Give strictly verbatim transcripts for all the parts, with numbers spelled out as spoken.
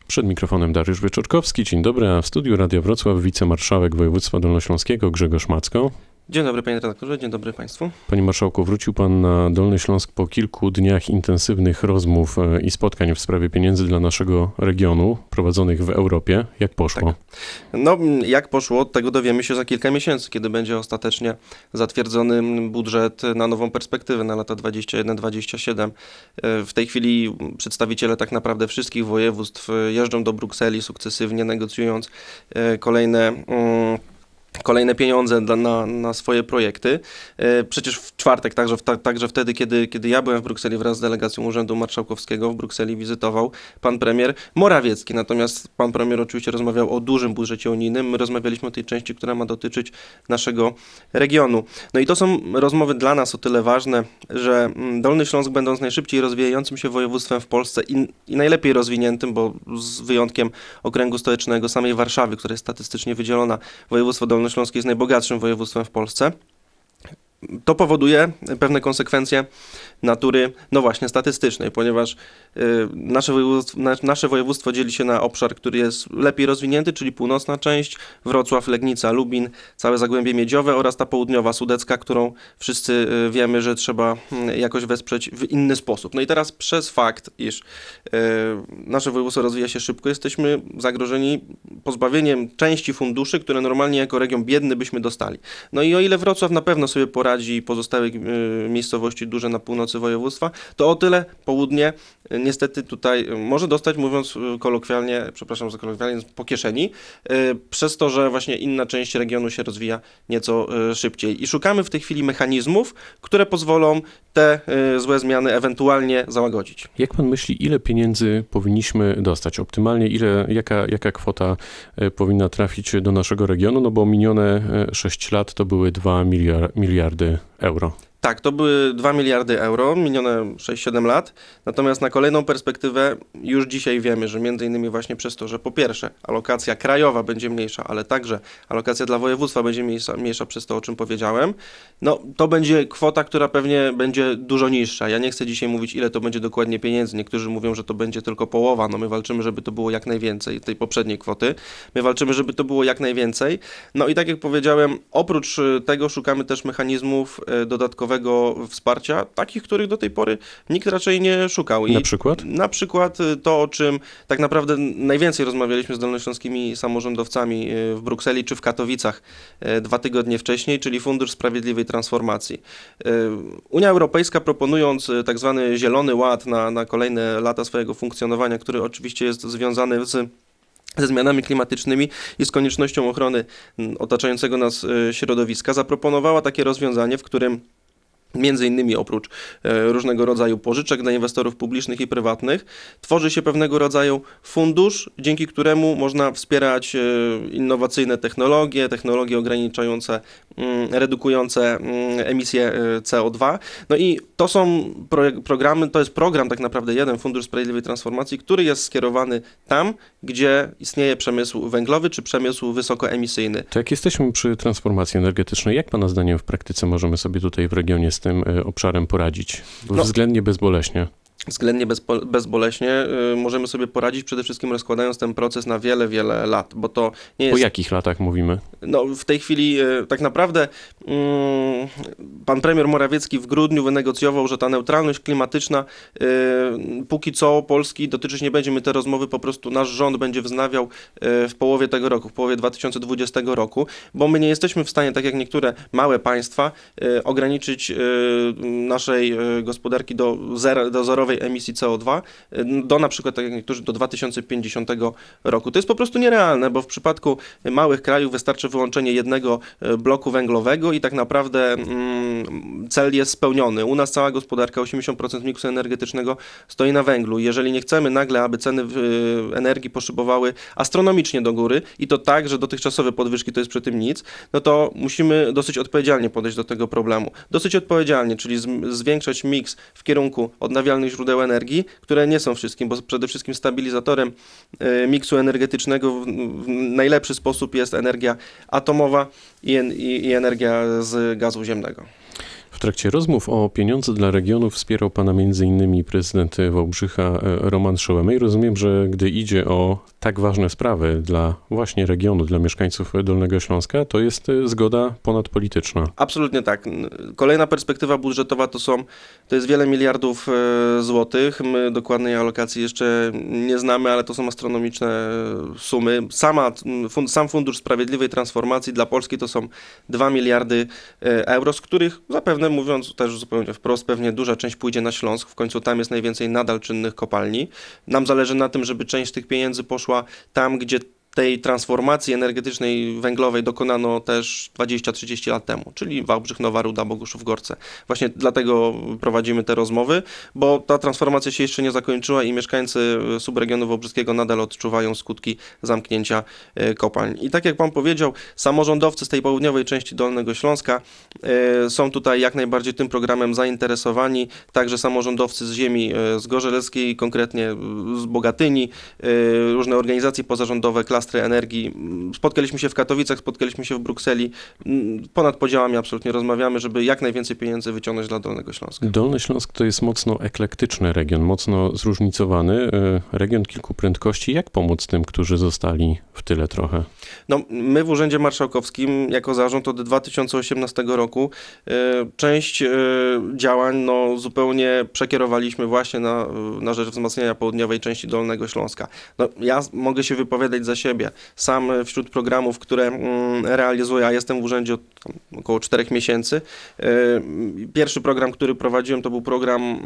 Przed mikrofonem Dariusz Wieczorkowski. Dzień dobry, a w studiu Radia Wrocław wicemarszałek województwa dolnośląskiego Grzegorz Macko. Dzień dobry panie redaktorze, dzień dobry państwu. Panie marszałku, wrócił pan na Dolny Śląsk po kilku dniach intensywnych rozmów i spotkań w sprawie pieniędzy dla naszego regionu prowadzonych w Europie. Jak poszło? Tak. No jak poszło, od tego dowiemy się za kilka miesięcy, kiedy będzie ostatecznie zatwierdzony budżet na nową perspektywę na lata dwadzieścia jeden dwadzieścia siedem. W tej chwili przedstawiciele tak naprawdę wszystkich województw jeżdżą do Brukseli sukcesywnie, negocjując kolejne Kolejne pieniądze dla, na, na swoje projekty. Przecież w czwartek, także, w, także wtedy, kiedy, kiedy ja byłem w Brukseli wraz z delegacją Urzędu Marszałkowskiego, w Brukseli wizytował pan premier Morawiecki. Natomiast pan premier oczywiście rozmawiał o dużym budżecie unijnym. My rozmawialiśmy o tej części, która ma dotyczyć naszego regionu. No i to są rozmowy dla nas o tyle ważne, że Dolny Śląsk, będąc najszybciej rozwijającym się województwem w Polsce i, i najlepiej rozwiniętym, bo z wyjątkiem okręgu stołecznego samej Warszawy, która jest statystycznie wydzielona, województwo Dolnośląskie jest najbogatszym województwem w Polsce. To powoduje pewne konsekwencje natury, no właśnie, statystycznej, ponieważ y, nasze, województwo, na, nasze województwo dzieli się na obszar, który jest lepiej rozwinięty, czyli północna część, Wrocław, Legnica, Lubin, całe Zagłębie Miedziowe oraz ta południowa, Sudecka, którą wszyscy y, wiemy, że trzeba y, jakoś wesprzeć w inny sposób. No i teraz przez fakt, iż y, nasze województwo rozwija się szybko, jesteśmy zagrożeni pozbawieniem części funduszy, które normalnie jako region biedny byśmy dostali. No i o ile Wrocław na pewno sobie poradzi i pozostałe y, miejscowości duże na północy województwa, to o tyle południe y, niestety tutaj y, może dostać, mówiąc y, kolokwialnie, przepraszam za kolokwialnie, po kieszeni, y, przez to, że właśnie inna część regionu się rozwija nieco y, szybciej. I szukamy w tej chwili mechanizmów, które pozwolą te y, złe zmiany ewentualnie załagodzić. Jak pan myśli, ile pieniędzy powinniśmy dostać? Optymalnie, ile, jaka, jaka kwota y, powinna trafić do naszego regionu? No bo minione y, sześć lat to były dwa miliardy euro. Tak, to były dwa miliardy euro, minione sześć siedem lat, natomiast na kolejną perspektywę już dzisiaj wiemy, że między innymi właśnie przez to, że po pierwsze alokacja krajowa będzie mniejsza, ale także alokacja dla województwa będzie mniejsza, mniejsza przez to, o czym powiedziałem, no to będzie kwota, która pewnie będzie dużo niższa. Ja nie chcę dzisiaj mówić, ile to będzie dokładnie pieniędzy. Niektórzy mówią, że to będzie tylko połowa, no my walczymy, żeby to było jak najwięcej tej poprzedniej kwoty. My walczymy, żeby to było jak najwięcej. No i tak jak powiedziałem, oprócz tego szukamy też mechanizmów dodatkowego wsparcia, takich, których do tej pory nikt raczej nie szukał. I na przykład? Na przykład to, o czym tak naprawdę najwięcej rozmawialiśmy z dolnośląskimi samorządowcami w Brukseli czy w Katowicach dwa tygodnie wcześniej, czyli Fundusz Sprawiedliwej Transformacji. Unia Europejska, proponując tak zwany Zielony Ład na, na kolejne lata swojego funkcjonowania, który oczywiście jest związany z ze zmianami klimatycznymi i z koniecznością ochrony otaczającego nas środowiska, zaproponowała takie rozwiązanie, w którym między innymi oprócz e, różnego rodzaju pożyczek dla inwestorów publicznych i prywatnych, tworzy się pewnego rodzaju fundusz, dzięki któremu można wspierać e, innowacyjne technologie, technologie ograniczające, mm, redukujące mm, emisję e, C O dwa. No i to są pro, programy, to jest program tak naprawdę jeden, Fundusz Sprawiedliwej Transformacji, który jest skierowany tam, gdzie istnieje przemysł węglowy czy przemysł wysokoemisyjny. To jak jesteśmy przy transformacji energetycznej, jak pana zdaniem w praktyce możemy sobie tutaj w regionie z tym obszarem poradzić? No, względnie bezboleśnie. Względnie bezpo, bezboleśnie y, możemy sobie poradzić, przede wszystkim rozkładając ten proces na wiele, wiele lat, bo to nie jest... O jakich latach mówimy? No w tej chwili y, tak naprawdę y, pan premier Morawiecki w grudniu wynegocjował, że ta neutralność klimatyczna y, póki co Polski dotyczyć nie będzie. My te rozmowy po prostu nasz rząd będzie wznawiał y, w połowie tego roku, w połowie dwa tysiące dwudziestego roku, bo my nie jesteśmy w stanie, tak jak niektóre małe państwa, y, ograniczyć y, naszej y, gospodarki do, zera, do zerowej emisji C O dwa do na przykład, tak jak niektórzy, do dwa tysiące pięćdziesiątego roku. To jest po prostu nierealne, bo w przypadku małych krajów wystarczy wyłączenie jednego bloku węglowego i tak naprawdę mm, cel jest spełniony. U nas cała gospodarka, osiemdziesiąt procent miksu energetycznego stoi na węglu. Jeżeli nie chcemy nagle, aby ceny y, energii poszybowały astronomicznie do góry i to tak, że dotychczasowe podwyżki to jest przy tym nic, no to musimy dosyć odpowiedzialnie podejść do tego problemu. Dosyć odpowiedzialnie, czyli z, zwiększać miks w kierunku odnawialnych źródeł energii, które nie są wszystkim, bo przede wszystkim stabilizatorem y, miksu energetycznego w, w najlepszy sposób jest energia atomowa i, i, i energia z gazu ziemnego. W trakcie rozmów o pieniądze dla regionów wspierał pana między innymi prezydent Wałbrzycha Roman Szołemej. Rozumiem, że gdy idzie o tak ważne sprawy dla właśnie regionu, dla mieszkańców Dolnego Śląska, to jest zgoda ponadpolityczna. Absolutnie tak. Kolejna perspektywa budżetowa to są, to jest wiele miliardów złotych. My dokładnej alokacji jeszcze nie znamy, ale to są astronomiczne sumy. Sama, fund, sam Fundusz Sprawiedliwej Transformacji dla Polski to są dwa miliardy euro, z których zapewne, mówiąc też zupełnie wprost, pewnie duża część pójdzie na Śląsk. W końcu tam jest najwięcej nadal czynnych kopalni. Nam zależy na tym, żeby część tych pieniędzy poszła tam, gdzie tej transformacji energetycznej węglowej dokonano też dwadzieścia trzydzieści lat temu, czyli Wałbrzych, Nowa Ruda, Boguszów, Gorce. Właśnie dlatego prowadzimy te rozmowy, bo ta transformacja się jeszcze nie zakończyła i mieszkańcy subregionu wałbrzyskiego nadal odczuwają skutki zamknięcia kopalń. I tak jak pan powiedział, samorządowcy z tej południowej części Dolnego Śląska są tutaj jak najbardziej tym programem zainteresowani, także samorządowcy z ziemi zgorzeleckiej, konkretnie z Bogatyni, różne organizacje pozarządowe, klasy energii. Spotkaliśmy się w Katowicach, spotkaliśmy się w Brukseli. Ponad podziałami absolutnie rozmawiamy, żeby jak najwięcej pieniędzy wyciągnąć dla Dolnego Śląska. Dolny Śląsk to jest mocno eklektyczny region, mocno zróżnicowany. Region kilku prędkości. Jak pomóc tym, którzy zostali w tyle trochę? No, my w Urzędzie Marszałkowskim jako zarząd od dwa tysiące osiemnastego roku część działań no, zupełnie przekierowaliśmy właśnie na, na rzecz wzmacniania południowej części Dolnego Śląska. No, ja mogę się wypowiadać za siebie. Sam wśród programów, które realizuję, a jestem w urzędzie od około czterech miesięcy. Pierwszy program, który prowadziłem, to był program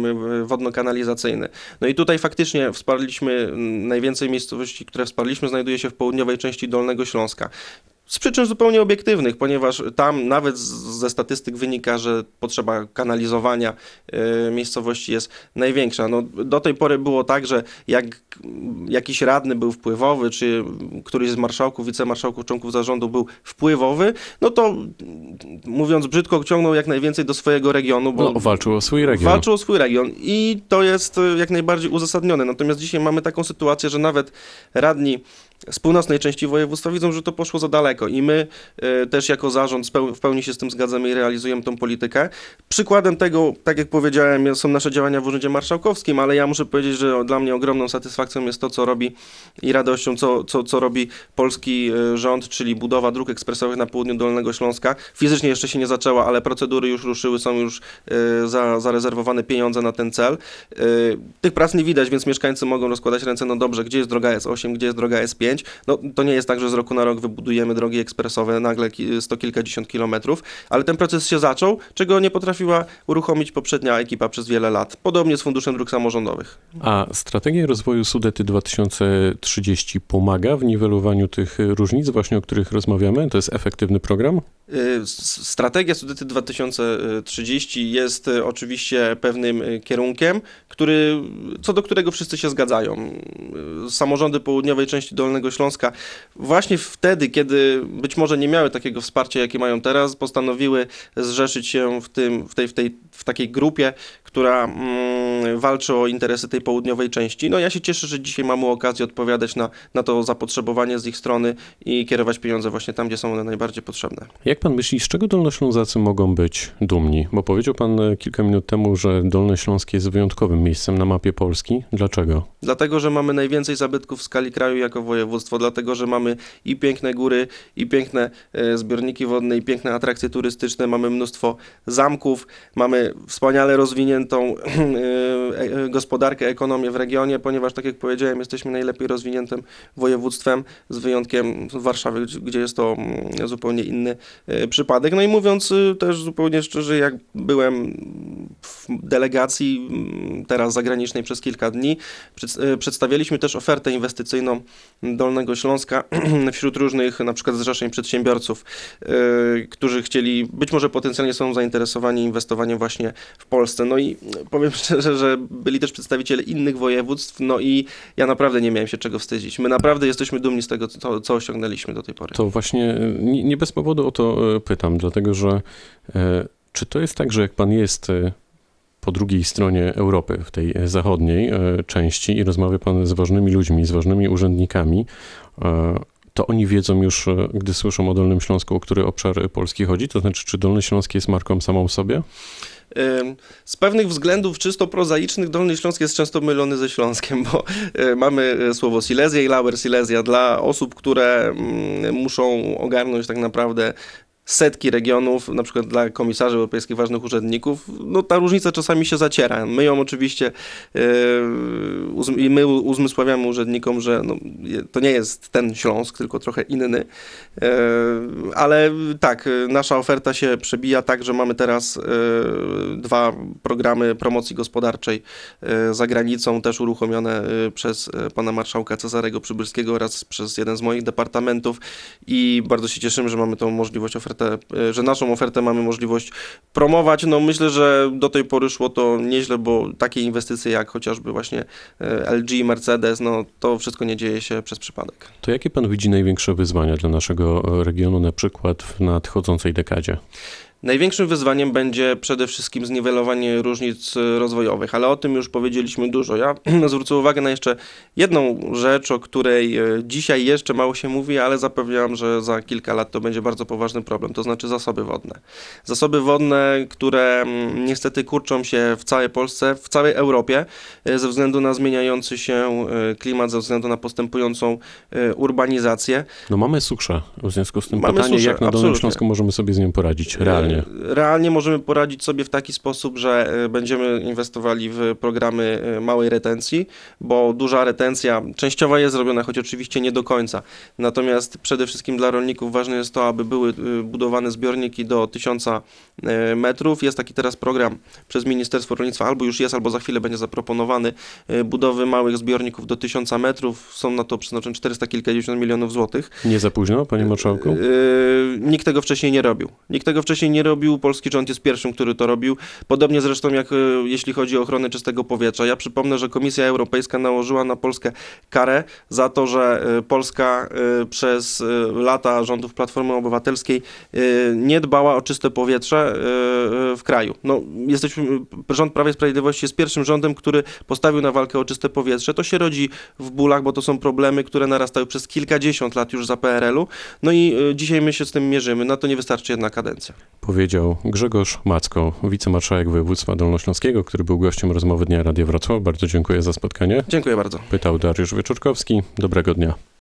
wodno-kanalizacyjny. No i tutaj faktycznie wsparliśmy, najwięcej miejscowości, które wsparliśmy, znajduje się w południowej części Dolnego Śląska. Z przyczyn zupełnie obiektywnych, ponieważ tam nawet ze statystyk wynika, że potrzeba kanalizowania y, miejscowości jest największa. No, do tej pory było tak, że jak jakiś radny był wpływowy, czy któryś z marszałków, wicemarszałków, członków zarządu był wpływowy, no to mówiąc brzydko, ciągnął jak najwięcej do swojego regionu. Bo no, walczył o swój region. Walczył o swój region i to jest jak najbardziej uzasadnione. Natomiast dzisiaj mamy taką sytuację, że nawet radni z północnej części województwa widzą, że to poszło za daleko i my y, też jako zarząd w pełni się z tym zgadzamy i realizujemy tą politykę. Przykładem tego, tak jak powiedziałem, są nasze działania w Urzędzie Marszałkowskim, ale ja muszę powiedzieć, że dla mnie ogromną satysfakcją jest to, co robi i radością, co, co, co robi polski rząd, czyli budowa dróg ekspresowych na południu Dolnego Śląska. Fizycznie jeszcze się nie zaczęła, ale procedury już ruszyły, są już y, za, zarezerwowane pieniądze na ten cel. Y, tych prac nie widać, więc mieszkańcy mogą rozkładać ręce, no dobrze, gdzie jest droga S osiem, gdzie jest droga S pięć. No, to nie jest tak, że z roku na rok wybudujemy drogi ekspresowe nagle sto kilkadziesiąt kilometrów, ale ten proces się zaczął, czego nie potrafiła uruchomić poprzednia ekipa przez wiele lat. Podobnie z Funduszem Dróg Samorządowych. A strategia rozwoju Sudety dwa tysiące trzydzieści pomaga w niwelowaniu tych różnic, właśnie o których rozmawiamy? To jest efektywny program? Strategia Sudety dwa tysiące trzydzieści jest oczywiście pewnym kierunkiem, który, co do którego wszyscy się zgadzają. Samorządy południowej części Dolnego Śląska właśnie wtedy, kiedy być może nie miały takiego wsparcia, jakie mają teraz, postanowiły zrzeszyć się w, tym, w, tej, w, tej, w takiej grupie, która mm, walczy o interesy tej południowej części. No ja się cieszę, że dzisiaj mamy okazję odpowiadać na, na to zapotrzebowanie z ich strony i kierować pieniądze właśnie tam, gdzie są one najbardziej potrzebne. Jak pan myśli, z czego Dolnoślązacy mogą być dumni? Bo powiedział pan kilka minut temu, że Dolny Śląsk jest wyjątkowym miejscem na mapie Polski. Dlaczego? Dlatego, że mamy najwięcej zabytków w skali kraju jako województwo, dlatego, że mamy i piękne góry, i piękne e, zbiorniki wodne, i piękne atrakcje turystyczne, mamy mnóstwo zamków, mamy wspaniale rozwiniętą e, e, gospodarkę, ekonomię w regionie, ponieważ, tak jak powiedziałem, jesteśmy najlepiej rozwiniętym województm, z wyjątkiem Warszawy, gdzie jest to mm, zupełnie inny e, przypadek. No i mówiąc e, też zupełnie szczerze, jak byłem w delegacji m, teraz zagranicznej przez kilka dni, przed, e, przedstawialiśmy też ofertę inwestycyjną Dolnego Śląska wśród różnych na przykład zrzeszeń przedsiębiorców, yy, którzy chcieli, być może potencjalnie są zainteresowani inwestowaniem właśnie w Polsce. No i powiem szczerze, że byli też przedstawiciele innych województw, no i ja naprawdę nie miałem się czego wstydzić. My naprawdę jesteśmy dumni z tego, co, co osiągnęliśmy do tej pory. To właśnie nie, nie bez powodu o to pytam, dlatego że e, czy to jest tak, że jak pan jest e, po drugiej stronie Europy, w tej zachodniej e, części i rozmawia pan z ważnymi ludźmi, z ważnymi urzędnikami, e, to oni wiedzą już, gdy słyszą o Dolnym Śląsku, o który obszar Polski chodzi? To znaczy, czy Dolny Śląsk jest marką samą w sobie? Z pewnych względów czysto prozaicznych Dolny Śląsk jest często mylony ze Śląskiem, bo mamy słowo Silesia i Lower Silesia dla osób, które muszą ogarnąć tak naprawdę setki regionów, na przykład dla komisarzy europejskich, ważnych urzędników, no ta różnica czasami się zaciera. My ją oczywiście i yy, my uzmysławiamy urzędnikom, że no, to nie jest ten Śląsk, tylko trochę inny, yy, ale tak, nasza oferta się przebija tak, że mamy teraz yy, dwa programy promocji gospodarczej yy, za granicą, też uruchomione yy, przez pana marszałka Cezarego Przybylskiego oraz przez jeden z moich departamentów i bardzo się cieszymy, że mamy tą możliwość oferty że naszą ofertę mamy możliwość promować. No myślę, że do tej pory szło to nieźle, bo takie inwestycje jak chociażby właśnie L G, Mercedes, no to wszystko nie dzieje się przez przypadek. To jakie pan widzi największe wyzwania dla naszego regionu na przykład w nadchodzącej dekadzie? Największym wyzwaniem będzie przede wszystkim zniwelowanie różnic rozwojowych, ale o tym już powiedzieliśmy dużo. Ja zwrócę uwagę na jeszcze jedną rzecz, o której dzisiaj jeszcze mało się mówi, ale zapewniam, że za kilka lat to będzie bardzo poważny problem, to znaczy zasoby wodne. Zasoby wodne, które niestety kurczą się w całej Polsce, w całej Europie ze względu na zmieniający się klimat, ze względu na postępującą urbanizację. No mamy suszę, w związku z tym mamy pytanie, suszę, jak na Dolnym Śląsku możemy sobie z nią poradzić realnie? Realnie możemy poradzić sobie w taki sposób, że będziemy inwestowali w programy małej retencji, bo duża retencja częściowa jest zrobiona, choć oczywiście nie do końca. Natomiast przede wszystkim dla rolników ważne jest to, aby były budowane zbiorniki do tysiąca metrów. Jest taki teraz program przez Ministerstwo Rolnictwa, albo już jest, albo za chwilę będzie zaproponowany, budowy małych zbiorników do tysiąca metrów. Są na to przeznaczone czterysta kilkadziesiąt milionów złotych. Nie za późno, panie marszałku? Nikt tego wcześniej nie robił. Nikt tego wcześniej nie robił. Polski rząd jest pierwszym, który to robił. Podobnie zresztą jak jeśli chodzi o ochronę czystego powietrza. Ja przypomnę, że Komisja Europejska nałożyła na Polskę karę za to, że Polska przez lata rządów Platformy Obywatelskiej nie dbała o czyste powietrze w kraju. No, jesteśmy, rząd Prawa i Sprawiedliwości jest pierwszym rządem, który postawił na walkę o czyste powietrze. To się rodzi w bólach, bo to są problemy, które narastały przez kilkadziesiąt lat już za P R L u. No i dzisiaj my się z tym mierzymy. Na to nie wystarczy jedna kadencja. Powiedział Grzegorz Macko, wicemarszałek województwa dolnośląskiego, który był gościem rozmowy Dnia Radia Wrocław. Bardzo dziękuję za spotkanie. Dziękuję bardzo. Pytał Dariusz Wieczorkowski. Dobrego dnia.